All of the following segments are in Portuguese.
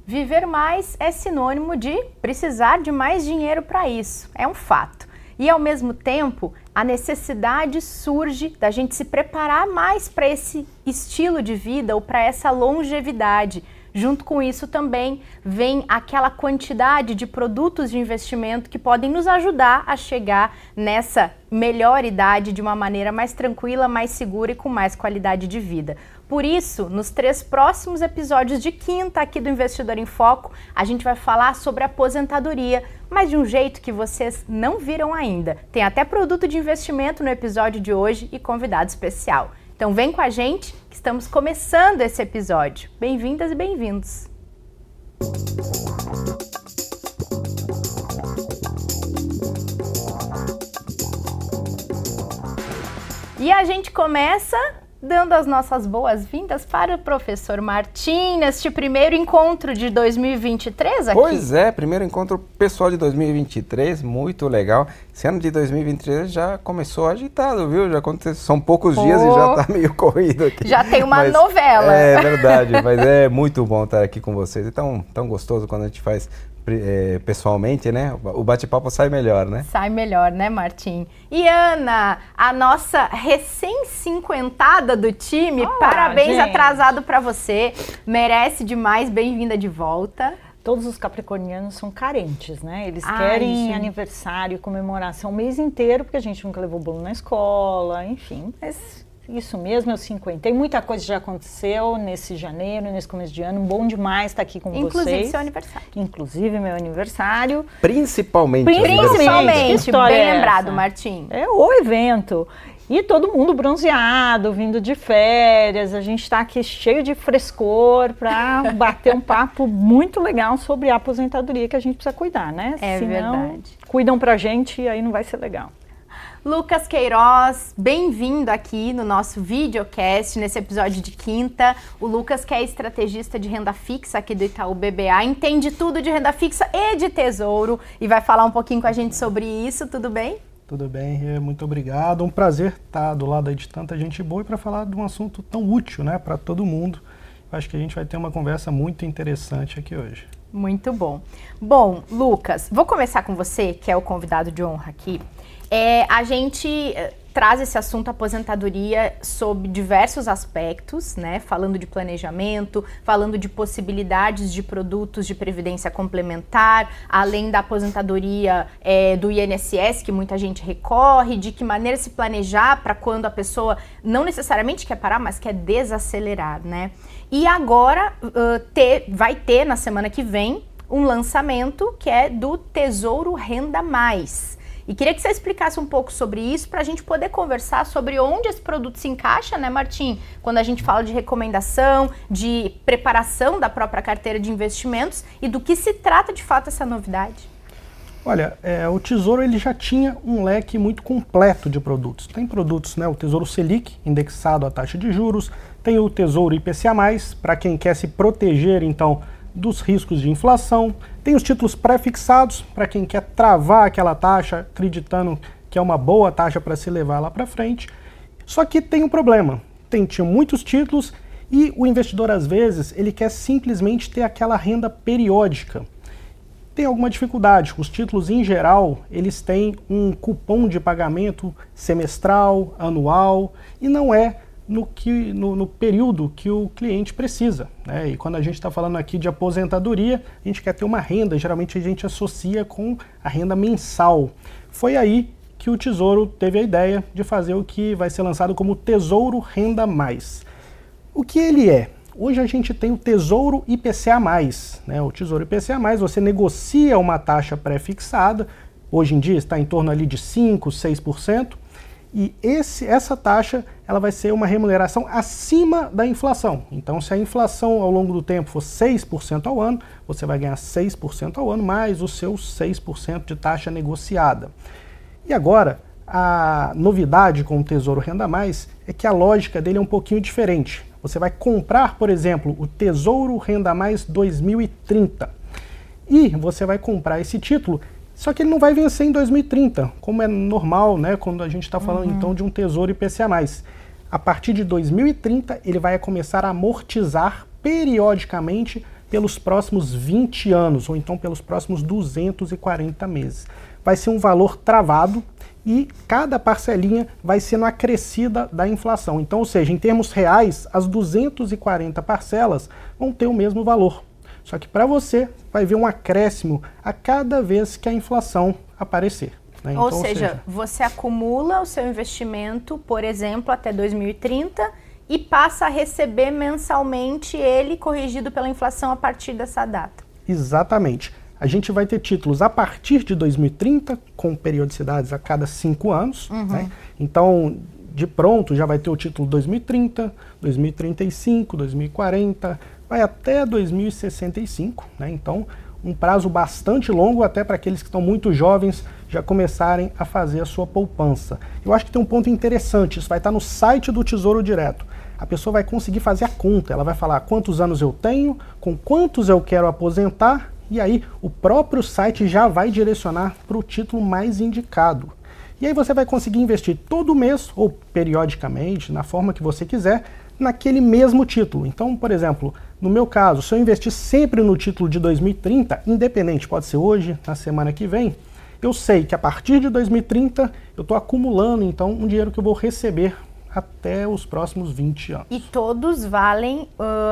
Viver mais é sinônimo de precisar de mais dinheiro para isso, é um fato. E ao mesmo tempo, a necessidade surge da gente se preparar mais para esse estilo de vida ou para essa longevidade. Junto com isso também vem aquela quantidade de produtos de investimento que podem nos ajudar a chegar nessa melhor idade de uma maneira mais tranquila, mais segura e com mais qualidade de vida. Por isso, nos 3 próximos episódios de quinta aqui do Investidor em Foco, a gente vai falar sobre aposentadoria, mas de um jeito que vocês não viram ainda. Tem até produto de investimento no episódio de hoje e convidado especial. Então vem com a gente que estamos começando esse episódio. Bem-vindas e bem-vindos! E a gente começa dando as nossas boas-vindas para o professor Martim neste primeiro encontro de 2023 aqui. Pois é, primeiro encontro pessoal de 2023, muito legal. Esse ano de 2023 já começou agitado, viu? Já aconteceu, são poucos dias e já está meio corrido aqui. Já tem uma novela. É verdade, mas é muito bom estar aqui com vocês. É tão gostoso quando a gente faz pessoalmente, né? O bate-papo sai melhor, né? Sai melhor, né, Martim? E Ana, a nossa recém-cinquentada do time, parabéns, gente. Atrasado para você, merece demais, bem-vinda de volta. Todos os capricornianos são carentes, né? Eles querem aniversário, comemoração o mês inteiro, porque a gente nunca levou bolo na escola, enfim, mas isso mesmo, eu 50. Tem muita coisa que já aconteceu nesse janeiro, nesse começo de ano. Bom demais estar aqui com vocês. Inclusive seu aniversário. Inclusive meu aniversário. Principalmente, bem lembrado, Martim. É o evento. E todo mundo bronzeado, vindo de férias. A gente está aqui cheio de frescor para bater um papo muito legal sobre a aposentadoria que a gente precisa cuidar, né? É verdade. Cuidam pra gente e aí não vai ser legal. Lucas Queiroz, bem-vindo aqui no nosso videocast, nesse episódio de quinta. O Lucas, que é estrategista de renda fixa aqui do Itaú BBA, entende tudo de renda fixa e de tesouro e vai falar um pouquinho com a gente sobre isso, tudo bem? Tudo bem, muito obrigado. Um prazer estar do lado aí de tanta gente boa e para falar de um assunto tão útil, né, para todo mundo. Acho que a gente vai ter uma conversa muito interessante aqui hoje. Muito bom. Bom, Lucas, vou começar com você, que é o convidado de honra aqui. A gente traz esse assunto aposentadoria sob diversos aspectos, né? Falando de planejamento, falando de possibilidades de produtos de previdência complementar, além da aposentadoria do INSS, que muita gente recorre, de que maneira se planejar para quando a pessoa não necessariamente quer parar, mas quer desacelerar, né? E agora vai ter, na semana que vem, um lançamento que é do Tesouro Renda Mais. E queria que você explicasse um pouco sobre isso para a gente poder conversar sobre onde esse produto se encaixa, né, Martim? Quando a gente fala de recomendação, de preparação da própria carteira de investimentos e do que se trata de fato essa novidade. Olha, o Tesouro ele já tinha um leque muito completo de produtos. Tem produtos, né, o Tesouro Selic, indexado à taxa de juros, tem o Tesouro IPCA+, para quem quer se proteger, então, dos riscos de inflação, tem os títulos pré-fixados, para quem quer travar aquela taxa, acreditando que é uma boa taxa para se levar lá para frente. Só que tem um problema, tinha muitos títulos e o investidor, às vezes, ele quer simplesmente ter aquela renda periódica. Tem alguma dificuldade, os títulos em geral, eles têm um cupom de pagamento semestral, anual, e não é no período que o cliente precisa, né? E quando a gente está falando aqui de aposentadoria, a gente quer ter uma renda, geralmente a gente associa com a renda mensal. Foi aí que o Tesouro teve a ideia de fazer o que vai ser lançado como Tesouro Renda Mais. O que ele é? Hoje a gente tem o Tesouro IPCA+, né? O Tesouro IPCA+, você negocia uma taxa pré-fixada, hoje em dia está em torno ali de 5%, 6%, e essa taxa ela vai ser uma remuneração acima da inflação. Então, se a inflação ao longo do tempo for 6% ao ano, você vai ganhar 6% ao ano, mais os seus 6% de taxa negociada. E agora, a novidade com o Tesouro Renda Mais é que a lógica dele é um pouquinho diferente. Você vai comprar, por exemplo, o Tesouro Renda Mais 2030 e você vai comprar esse título, só que ele não vai vencer em 2030, como é normal, né, quando a gente está falando então de um Tesouro IPCA+. A partir de 2030 ele vai começar a amortizar periodicamente pelos próximos 20 anos, ou então pelos próximos 240 meses. Vai ser um valor travado e cada parcelinha vai sendo acrescida da inflação. Então, ou seja, em termos reais, as 240 parcelas vão ter o mesmo valor. Só que para você vai ver um acréscimo a cada vez que a inflação aparecer. Né? Então, ou seja, você acumula o seu investimento, por exemplo, até 2030 e passa a receber mensalmente ele corrigido pela inflação a partir dessa data. Exatamente. A gente vai ter títulos a partir de 2030, com periodicidades a cada 5 anos. Né? Então, de pronto, já vai ter o título 2030, 2035, 2040, vai até 2065. Né? Então, um prazo bastante longo, até para aqueles que estão muito jovens já começarem a fazer a sua poupança. Eu acho que tem um ponto interessante, isso vai estar no site do Tesouro Direto. A pessoa vai conseguir fazer a conta, ela vai falar quantos anos eu tenho, com quantos eu quero aposentar, e aí o próprio site já vai direcionar para o título mais indicado. E aí você vai conseguir investir todo mês, ou periodicamente, na forma que você quiser, naquele mesmo título. Então, por exemplo, no meu caso, se eu investir sempre no título de 2030, independente, pode ser hoje, na semana que vem, eu sei que a partir de 2030 eu estou acumulando, então, um dinheiro que eu vou receber até os próximos 20 anos. E todos valem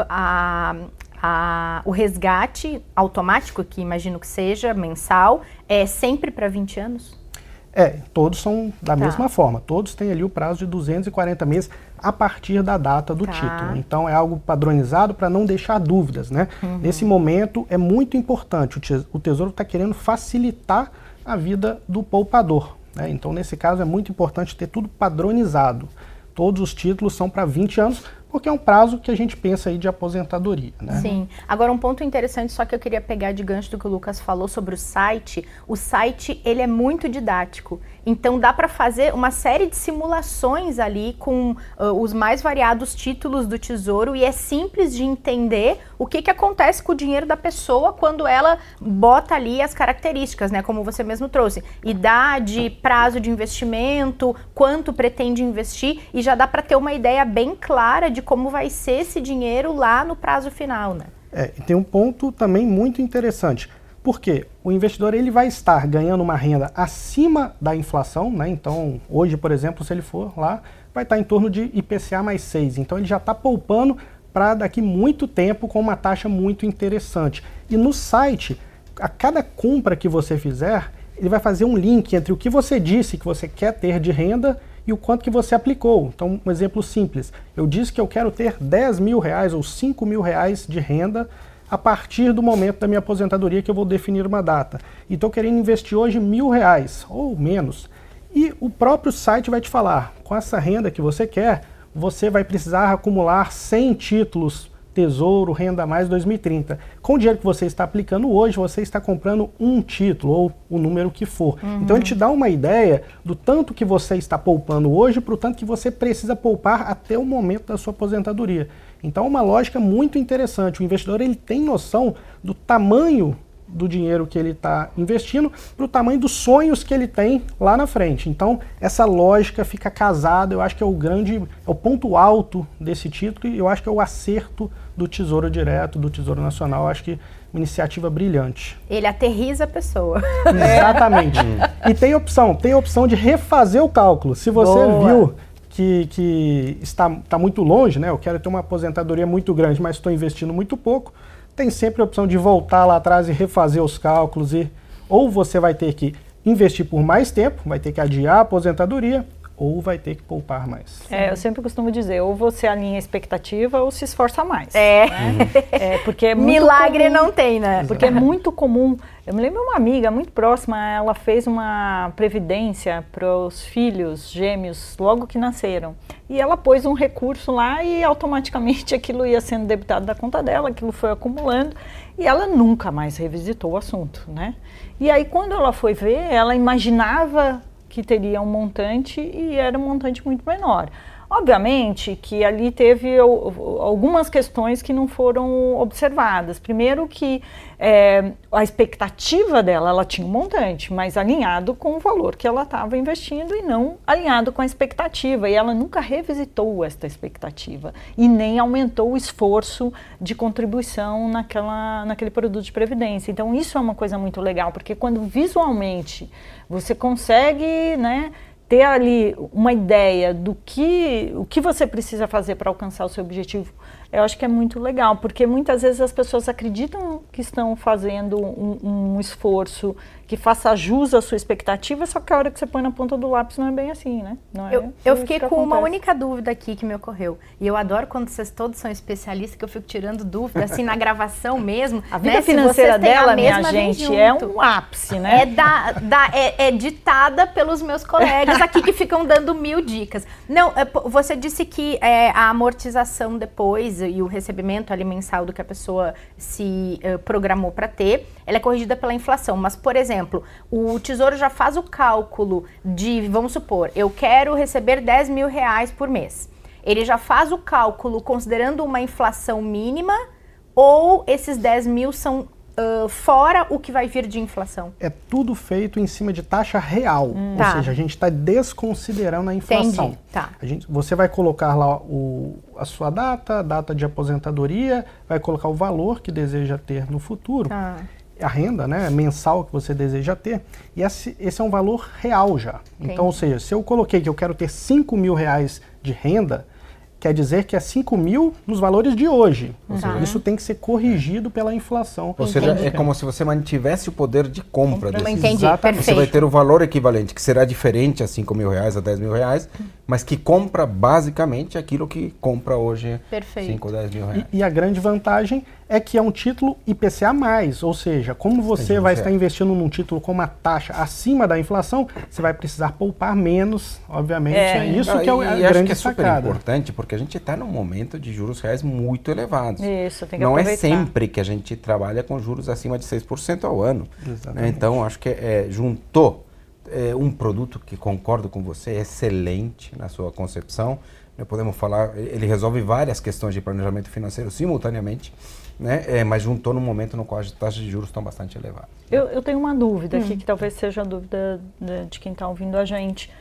o resgate automático, que imagino que seja mensal, é sempre para 20 anos? Todos são da mesma forma. Todos têm ali o prazo de 240 meses a partir da data do título. Então é algo padronizado para não deixar dúvidas, né? Nesse momento é muito importante. O Tesouro está querendo facilitar a vida do poupador, né? Então nesse caso é muito importante ter tudo padronizado. Todos os títulos são para 20 anos, porque é um prazo que a gente pensa aí de aposentadoria, né? Sim. Agora, um ponto interessante, só que eu queria pegar de gancho do que o Lucas falou sobre o site. O site, ele é muito didático. Então, dá para fazer uma série de simulações ali com os mais variados títulos do Tesouro e é simples de entender o que acontece com o dinheiro da pessoa quando ela bota ali as características, né? Como você mesmo trouxe. Idade, prazo de investimento, quanto pretende investir e já dá para ter uma ideia bem clara de como vai ser esse dinheiro lá no prazo final, né? E tem um ponto também muito interessante. Porque o investidor ele vai estar ganhando uma renda acima da inflação, né? Então, hoje, por exemplo, se ele for lá, vai estar em torno de IPCA mais 6. Então, ele já está poupando para daqui muito tempo com uma taxa muito interessante. E no site, a cada compra que você fizer, ele vai fazer um link entre o que você disse que você quer ter de renda e o quanto que você aplicou. Então, um exemplo simples. Eu disse que eu quero ter 10 mil reais ou 5 mil reais de renda a partir do momento da minha aposentadoria que eu vou definir uma data. E estou querendo investir hoje R$1.000 ou menos. E o próprio site vai te falar, com essa renda que você quer, você vai precisar acumular 100 títulos Tesouro Renda Mais 2030. Com o dinheiro que você está aplicando hoje, você está comprando um título ou o número que for. Então ele te dá uma ideia do tanto que você está poupando hoje para o tanto que você precisa poupar até o momento da sua aposentadoria. Então é uma lógica muito interessante. O investidor ele tem noção do tamanho do dinheiro que ele está investindo para o tamanho dos sonhos que ele tem lá na frente. Então essa lógica fica casada, eu acho que é o ponto alto desse título e eu acho que é o acerto do Tesouro Direto, do Tesouro Nacional. Eu acho que uma iniciativa brilhante. Ele aterriza a pessoa. Exatamente. E tem opção de refazer o cálculo. Se você viu que está muito longe, né? Eu quero ter uma aposentadoria muito grande, mas estou investindo muito pouco, tem sempre a opção de voltar lá atrás e refazer os cálculos. Ou você vai ter que investir por mais tempo, vai ter que adiar a aposentadoria, ou vai ter que poupar mais. Eu sempre costumo dizer, ou você alinha a expectativa ou se esforça mais. Porque é muito milagre comum, não tem, né? Porque é muito comum. Eu me lembro uma amiga muito próxima, ela fez uma previdência para os filhos gêmeos logo que nasceram. E ela pôs um recurso lá e automaticamente aquilo ia sendo debitado da conta dela, aquilo foi acumulando e ela nunca mais revisitou o assunto, né? E aí quando ela foi ver, ela imaginava que teria um montante e era um montante muito menor. Obviamente que ali teve algumas questões que não foram observadas. Primeiro que a expectativa dela, ela tinha um montante, mas alinhado com o valor que ela estava investindo e não alinhado com a expectativa. E ela nunca revisitou esta expectativa e nem aumentou o esforço de contribuição naquele produto de previdência. Então isso é uma coisa muito legal, porque quando visualmente você consegue, né, ter ali uma ideia do o que você precisa fazer para alcançar o seu objetivo, eu acho que é muito legal, porque muitas vezes as pessoas acreditam que estão fazendo um esforço que faça jus à sua expectativa, só que a hora que você põe na ponta do lápis não é bem assim, né? Não é eu fiquei com uma única dúvida aqui que me ocorreu, e eu adoro quando vocês todos são especialistas, que eu fico tirando dúvida, assim, na gravação mesmo. A vida financeira dela, minha gente, é um ápice, né? É ditada pelos meus colegas aqui que ficam dando 1000 dicas. Não, você disse que a amortização depois e o recebimento ali mensal do que a pessoa se programou para ter, ela é corrigida pela inflação. Mas, por exemplo, o Tesouro já faz o cálculo de, vamos supor, eu quero receber 10 mil reais por mês. Ele já faz o cálculo considerando uma inflação mínima, ou esses 10 mil são fora o que vai vir de inflação? É tudo feito em cima de taxa real, ou seja, a gente está desconsiderando a inflação. Entendi. Tá. Você vai colocar lá a sua data de aposentadoria, vai colocar o valor que deseja ter no futuro, a renda, né, mensal que você deseja ter, e esse é um valor real já. Entendi. Então, ou seja, se eu coloquei que eu quero ter 5 mil reais de renda, quer dizer que é 5 mil nos valores de hoje. Ou seja, isso tem que ser corrigido pela inflação. Ou seja, é como se você mantivesse o poder de compra desses. Entendi, perfeito. Você vai ter o valor equivalente, que será diferente a 5 mil reais, a 10 mil reais, mas que compra basicamente aquilo que compra hoje, 5 ou 10 mil reais. E a grande vantagem é que é um título IPCA+, ou seja, como você vai estar investindo num título com uma taxa acima da inflação, você vai precisar poupar menos, obviamente. É isso que é a grande sacada. Super importante, porque a gente está num momento de juros reais muito elevados. Isso, tem que Não aproveitar. é sempre que a gente trabalha com juros acima de 6% ao ano. Exatamente. Então, acho que juntou um produto que, concordo com você, é excelente na sua concepção. Podemos falar, ele resolve várias questões de planejamento financeiro simultaneamente, né? Mas juntou num momento no qual as taxas de juros estão bastante elevadas. Eu tenho uma dúvida aqui, que talvez seja a dúvida de quem está ouvindo a gente.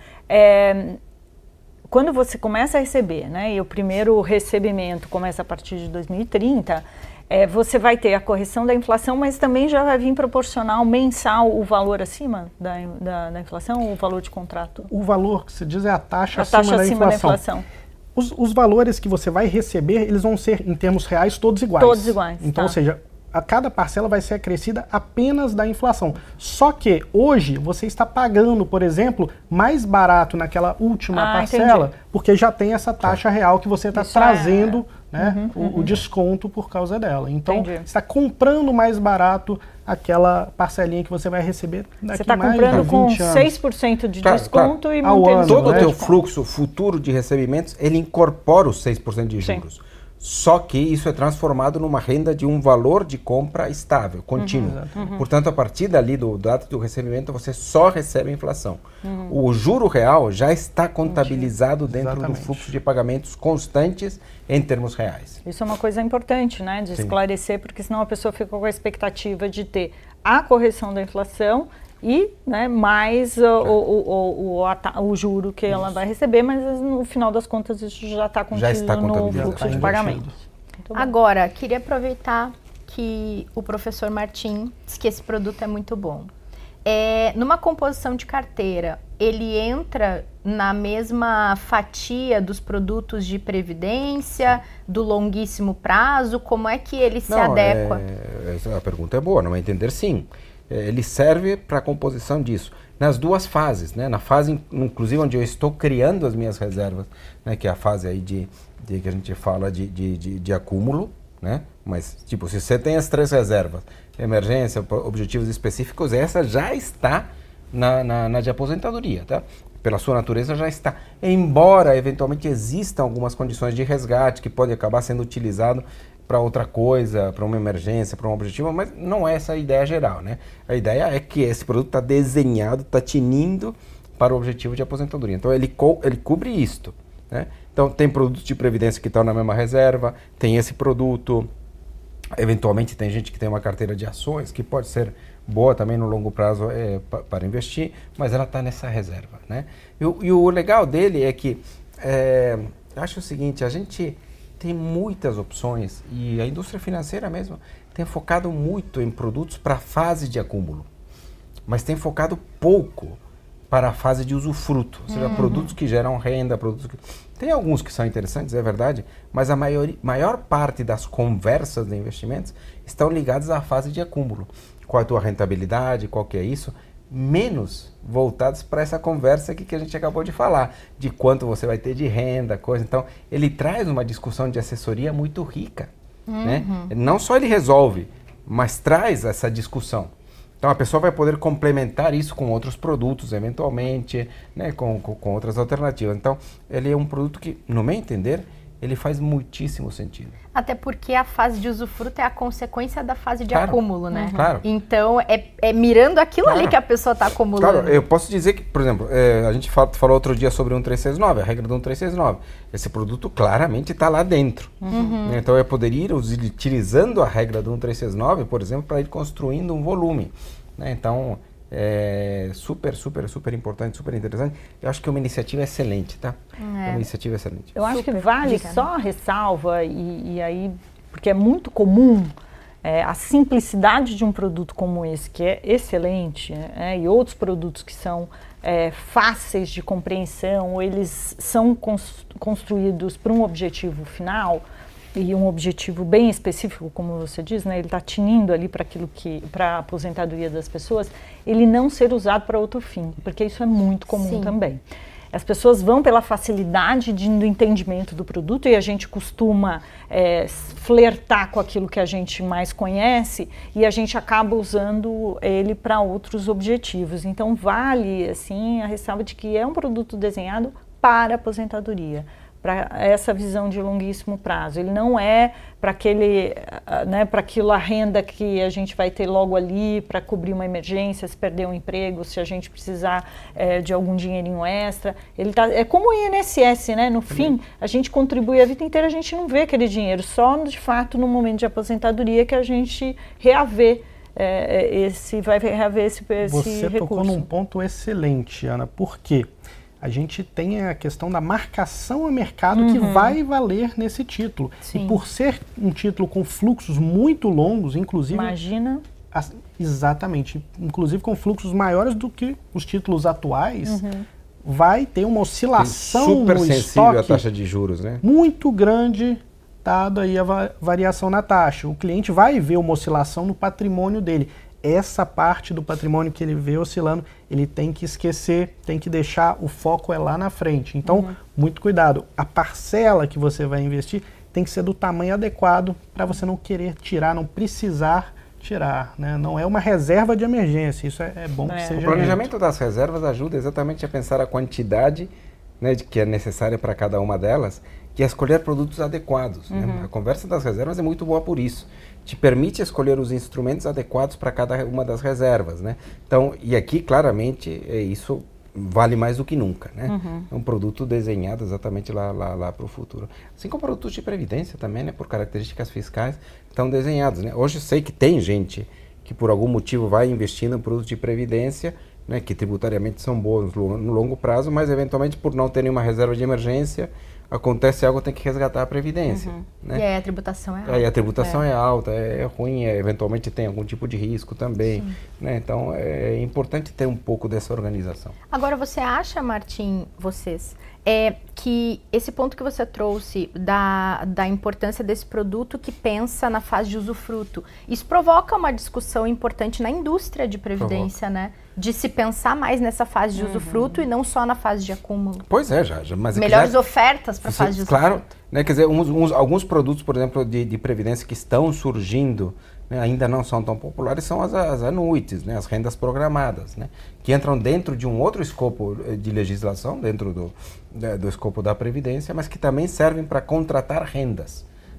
Quando você começa a receber, né, e o primeiro recebimento começa a partir de 2030, você vai ter a correção da inflação, mas também já vai vir proporcional mensal o valor acima da inflação, o valor de contrato? O valor que se diz é a taxa acima da inflação. Os valores que você vai receber, eles vão ser, em termos reais, todos iguais. Todos iguais. Então, ou seja, a cada parcela vai ser acrescida apenas da inflação. Só que hoje você está pagando, por exemplo, mais barato naquela última parcela, entendi. Porque já tem essa taxa real que você está trazendo o desconto por causa dela. Então, você está comprando mais barato aquela parcelinha que você vai receber daqui mais de 20 anos. Você está comprando com 6% de desconto e mantendo todo o teu fluxo futuro de recebimentos, ele incorpora os 6% de juros. Sim. Só que isso é transformado numa renda de um valor de compra estável, contínuo. Portanto, a partir dali do data do recebimento, você só recebe a inflação. O juro real já está contabilizado dentro do fluxo de pagamentos constantes em termos reais. Isso é uma coisa importante, né, de esclarecer, porque senão a pessoa fica com a expectativa de ter a correção da inflação e, né, mais o juro que ela vai receber, mas no final das contas isso já está contido no fluxo de pagamentos. Agora, queria aproveitar que o professor Martim disse que esse produto é muito bom. Numa composição de carteira, ele entra na mesma fatia dos produtos de previdência, do longuíssimo prazo? Como é que ele se adequa? A pergunta é boa, não é entender sim. Ele serve para a composição disso. Nas duas fases, né? Na fase, inclusive, onde eu estou criando as minhas reservas, né? Que é a fase aí de que a gente fala de acúmulo, né? Mas, tipo, se você tem as 3 reservas, emergência, objetivos específicos, essa já está na de aposentadoria, tá? Pela sua natureza já está. Embora, eventualmente, existam algumas condições de resgate que pode acabar sendo utilizado para outra coisa, para uma emergência, para um objetivo, mas não é essa a ideia geral, né? A ideia é que esse produto está desenhado, está tinindo para o objetivo de aposentadoria. Então, ele cobre isto, né? Então, tem produtos de previdência que estão na mesma reserva, tem esse produto. Eventualmente, tem gente que tem uma carteira de ações, que pode ser boa também no longo prazo para investir, mas ela está nessa reserva, né? E o legal dele é que, acho o seguinte, a gente tem muitas opções e a indústria financeira mesmo tem focado muito em produtos para a fase de acúmulo, mas tem focado pouco para a fase de usufruto, ou seja, produtos que geram renda, Tem alguns que são interessantes, é verdade, mas a maior parte das conversas de investimentos estão ligadas à fase de acúmulo. Qual é a tua rentabilidade, qual que é isso? Menos voltados para essa conversa aqui que a gente acabou de falar, de quanto você vai ter de renda, coisa. Então, ele traz uma discussão de assessoria muito rica, né? Não só ele resolve, mas traz essa discussão. Então, a pessoa vai poder complementar isso com outros produtos, eventualmente, né, com outras alternativas. Então, ele é um produto que, no meu entender, ele faz muitíssimo sentido. Até porque a fase de usufruto é a consequência da fase de acúmulo, né? Claro. Então, é mirando aquilo ali que a pessoa está acumulando. Claro, eu posso dizer que, por exemplo, a gente falou outro dia sobre o 1369, a regra do 1369. Esse produto claramente está lá dentro. Então, eu poderia ir utilizando a regra do 1369, por exemplo, para ir construindo um volume, né? Então, super importante, super interessante. Eu acho que é uma iniciativa excelente, tá? É uma iniciativa excelente. Eu acho que vale só a ressalva, e aí, porque é muito comum a simplicidade de um produto como esse, que é excelente, e outros produtos que são fáceis de compreensão, ou eles são construídos para um objetivo final, e um objetivo bem específico, como você diz, né? Ele está tinindo ali para a aposentadoria das pessoas, ele não ser usado para outro fim, porque isso é muito comum também. As pessoas vão pela facilidade do entendimento do produto e a gente costuma flertar com aquilo que a gente mais conhece e a gente acaba usando ele para outros objetivos. Então vale assim a ressalva de que é um produto desenhado para a aposentadoria, para essa visão de longuíssimo prazo. Ele não é para aquilo a renda que a gente vai ter logo ali para cobrir uma emergência, se perder um emprego, se a gente precisar de algum dinheirinho extra. É como o INSS, né? No fim, a gente contribui a vida inteira, a gente não vê aquele dinheiro, só de fato no momento de aposentadoria que a gente vai reaver esse recurso. Você tocou num ponto excelente, Ana, por quê? A gente tem a questão da marcação a mercado que vai valer nesse título. Sim. E por ser um título com fluxos muito longos, inclusive... Imagina... Exatamente. Inclusive com fluxos maiores do que os títulos atuais, vai ter uma oscilação super no sensível estoque à taxa de juros, né? Muito grande, dado aí a variação na taxa. O cliente vai ver uma oscilação no patrimônio dele. Essa parte do patrimônio que ele vê oscilando, ele tem que esquecer, tem que deixar o foco lá na frente. Então, muito cuidado. A parcela que você vai investir tem que ser do tamanho adequado para você não querer tirar, não precisar tirar, né? Não é uma reserva de emergência, isso é bom que seja. O planejamento das reservas ajuda exatamente a pensar a quantidade, né, que é necessária para cada uma delas, que é escolher produtos adequados. Né? A conversa das reservas é muito boa por isso. Te permite escolher os instrumentos adequados para cada uma das reservas, né? Então, e aqui claramente isso vale mais do que nunca, né? É um produto desenhado exatamente lá para o futuro. Assim como produtos de previdência também, né? Por características fiscais, estão desenhados, né? Hoje eu sei que tem gente que por algum motivo vai investindo em produtos de previdência, né? Que tributariamente são bons no longo prazo, mas eventualmente por não ter nenhuma reserva de emergência, acontece algo, tem que resgatar a previdência. Né? E aí a tributação é alta. Aí a tributação é alta, é ruim, eventualmente tem algum tipo de risco também. Né? Então é importante ter um pouco dessa organização. Agora, você acha, Martim, que esse ponto que você trouxe da importância desse produto que pensa na fase de usufruto, isso provoca uma discussão importante na indústria de previdência, né? De se pensar mais nessa fase de usufruto e não só na fase de acúmulo. Pois é, mas melhores ofertas para a fase de usufruto. Claro, né? Quer dizer, alguns produtos, por exemplo, de previdência que estão surgindo, né, ainda não são tão populares, são as annuities, né, as rendas programadas, né, que entram dentro de um outro escopo de legislação, dentro do escopo da previdência, mas que também servem para contratar rendas, né?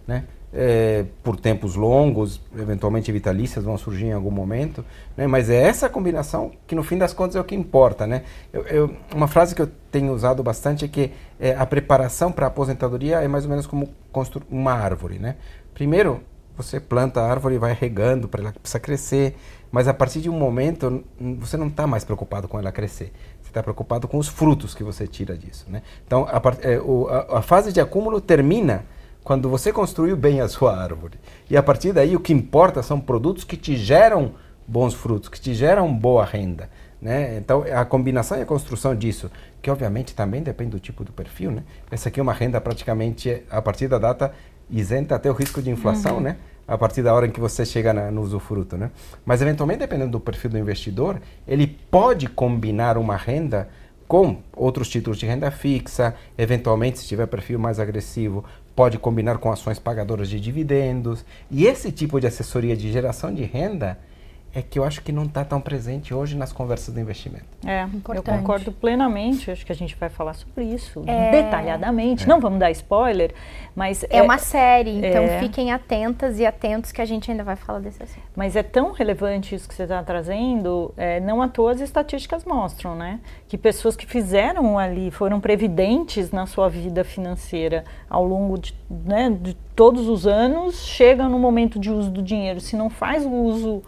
por tempos longos, eventualmente vitalícias vão surgir em algum momento, né? Mas é essa combinação que no fim das contas é o que importa, né? Uma frase que eu tenho usado bastante é que a preparação para a aposentadoria é mais ou menos como construir uma árvore, né? Primeiro, você planta a árvore e vai regando para ela precisar crescer, mas a partir de um momento você não está mais preocupado com ela crescer, você está preocupado com os frutos que você tira disso, né? Então a fase de acúmulo termina quando você construiu bem a sua árvore. E a partir daí o que importa são produtos que te geram bons frutos, que te geram boa renda, né? Então a combinação e a construção disso, que obviamente também depende do tipo do perfil, né? Essa aqui é uma renda praticamente, a partir da data, isenta até o risco de inflação, né? A partir da hora em que você chega no usufruto, né? Mas eventualmente, dependendo do perfil do investidor, ele pode combinar uma renda com outros títulos de renda fixa, eventualmente, se tiver perfil mais agressivo, pode combinar com ações pagadoras de dividendos. E esse tipo de assessoria de geração de renda é que eu acho que não está tão presente hoje nas conversas do investimento. Eu concordo plenamente, acho que a gente vai falar sobre isso detalhadamente, não vamos dar spoiler, mas... É uma série, então fiquem atentas e atentos que a gente ainda vai falar desse assunto. Mas é tão relevante isso que você está trazendo, não à toa as estatísticas mostram, né? Que pessoas que fizeram ali, foram previdentes na sua vida financeira ao longo de todos os anos, chegam no momento de uso do dinheiro, se não faz o uso...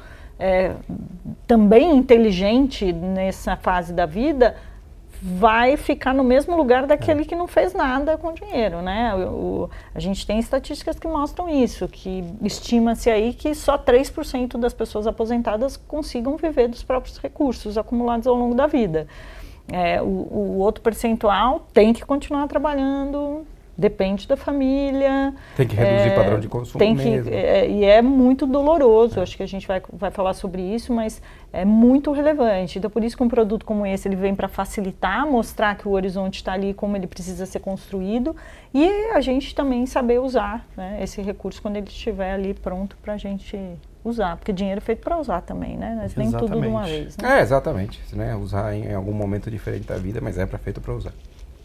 também inteligente nessa fase da vida, vai ficar no mesmo lugar daquele que não fez nada com o dinheiro, né? A gente tem estatísticas que mostram isso, que estima-se aí que só 3% das pessoas aposentadas consigam viver dos próprios recursos acumulados ao longo da vida. O outro percentual tem que continuar trabalhando, depende da família. Tem que reduzir o padrão de consumo mesmo. E é muito doloroso, acho que a gente vai falar sobre isso, mas é muito relevante. Então, por isso que um produto como esse, ele vem para facilitar, mostrar que o horizonte está ali, como ele precisa ser construído, e a gente também saber usar, né, esse recurso quando ele estiver ali pronto para a gente usar, porque dinheiro é feito para usar também, né? Mas nem tudo de uma vez, né? Exatamente. Né? Usar em algum momento diferente da vida, mas feito para usar.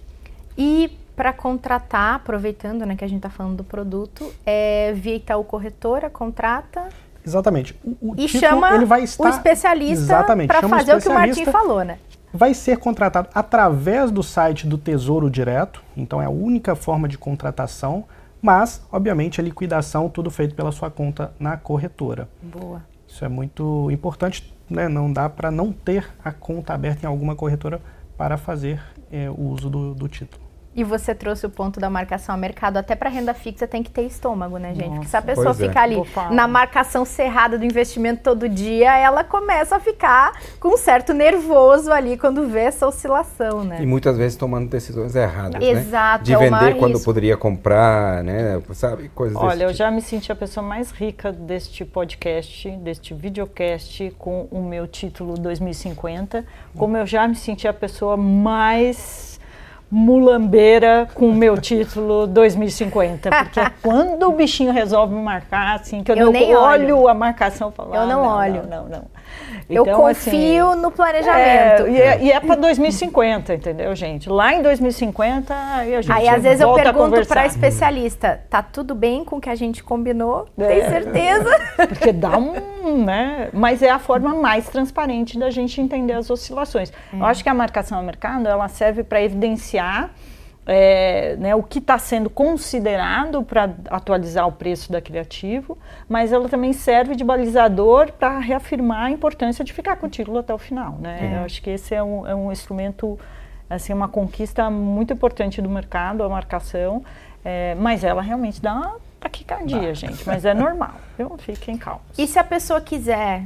E para contratar, aproveitando, né, que a gente está falando do produto, via Itaú Corretora, contrata... Exatamente. E chama ele vai estar, o especialista para fazer o que o Martim falou, né? Vai ser contratado através do site do Tesouro Direto, então é a única forma de contratação, mas, obviamente, a liquidação, tudo feito pela sua conta na corretora. Boa. Isso é muito importante, né? Não dá para não ter a conta aberta em alguma corretora para fazer o uso do título. E você trouxe o ponto da marcação a mercado, até para renda fixa tem que ter estômago, né, gente? Nossa, porque se a pessoa ficar ali na marcação cerrada do investimento todo dia, ela começa a ficar com um certo nervoso ali quando vê essa oscilação, né? E muitas vezes tomando decisões erradas, Exato, né? De vender quando poderia comprar, né? Sabe, coisas desse Olha, eu tipo. já me senti a pessoa mais rica deste podcast, deste videocast, com o meu título 2050, como eu já me senti a pessoa mais mulambeira com o meu título 2050, porque quando o bichinho resolve me marcar, assim, que eu olho a marcação e falo, eu não olho. Não. Eu então, confio no planejamento. E é para 2050, entendeu, gente? Lá em 2050, aí a gente Aí às vezes eu pergunto para especialista, tá tudo bem com o que a gente combinou? Tem certeza? Porque dá né? Mas é a forma mais transparente da gente entender as oscilações. Eu acho que a marcação a mercado, ela serve para evidenciar né, o que está sendo considerado para atualizar o preço daquele ativo, mas ela também serve de balizador para reafirmar a importância de ficar com o título até o final, né? Eu acho que esse é um instrumento, assim, uma conquista muito importante do mercado, a marcação, mas ela realmente dá uma taquicardia, gente, mas é normal, então fiquem calmos. E se a pessoa quiser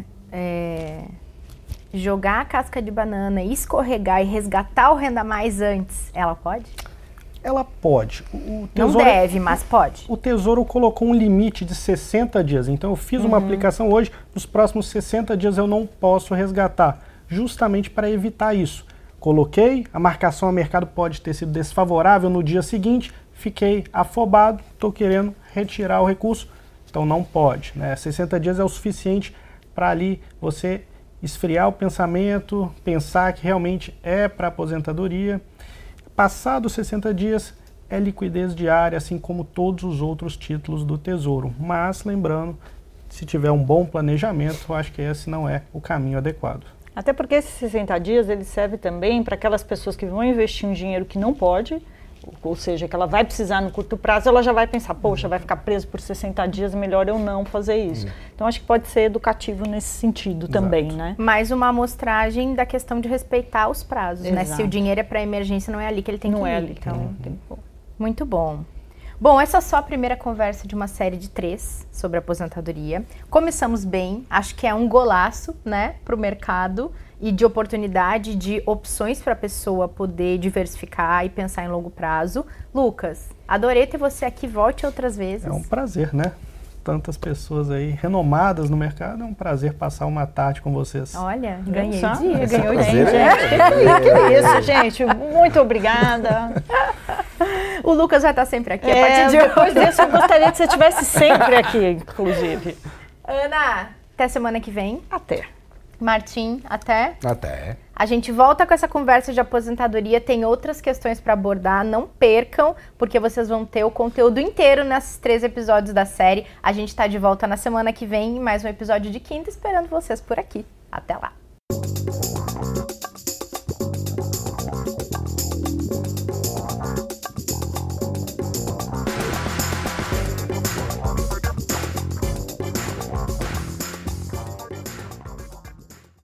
jogar a casca de banana, escorregar e resgatar o Renda Mais antes, ela pode? Ela pode. Não deve, mas pode. O Tesouro colocou um limite de 60 dias. Então, eu fiz uma aplicação hoje, nos próximos 60 dias eu não posso resgatar, justamente para evitar isso. Coloquei, a marcação a mercado pode ter sido desfavorável no dia seguinte, fiquei afobado, estou querendo retirar o recurso, então não pode, né? 60 dias é o suficiente para ali você esfriar o pensamento, pensar que realmente é para aposentadoria. Passados 60 dias, é liquidez diária, assim como todos os outros títulos do Tesouro. Mas, lembrando, se tiver um bom planejamento, eu acho que esse não é o caminho adequado. Até porque esses 60 dias, ele serve também para aquelas pessoas que vão investir um dinheiro que não pode, ou seja, que ela vai precisar no curto prazo, ela já vai pensar, poxa, vai ficar preso por 60 dias, melhor eu não fazer isso. Então, acho que pode ser educativo nesse sentido também, né? Mais uma amostragem da questão de respeitar os prazos, né? Se o dinheiro é para emergência, não é ali que ele tem que ir. Não é ali. Então, muito bom. Bom, essa é só a primeira conversa de uma série de 3 sobre aposentadoria. Começamos bem, acho que é um golaço, né, para o mercado e de oportunidade, de opções para a pessoa poder diversificar e pensar em longo prazo. Lucas, adorei ter você aqui, volte outras vezes. É um prazer, né? Tantas pessoas aí renomadas no mercado, é um prazer passar uma tarde com vocês. Olha, ganhei dia, ganhou dia, dia. Que isso, gente, muito obrigada. O Lucas vai estar sempre aqui a partir de depois disso eu gostaria que você estivesse sempre aqui, inclusive. Ana, até semana que vem. Até. Martim, até. Até. A gente volta com essa conversa de aposentadoria, tem outras questões para abordar, não percam, porque vocês vão ter o conteúdo inteiro nesses 3 episódios da série. A gente está de volta na semana que vem, mais um episódio de quinta, esperando vocês por aqui. Até lá!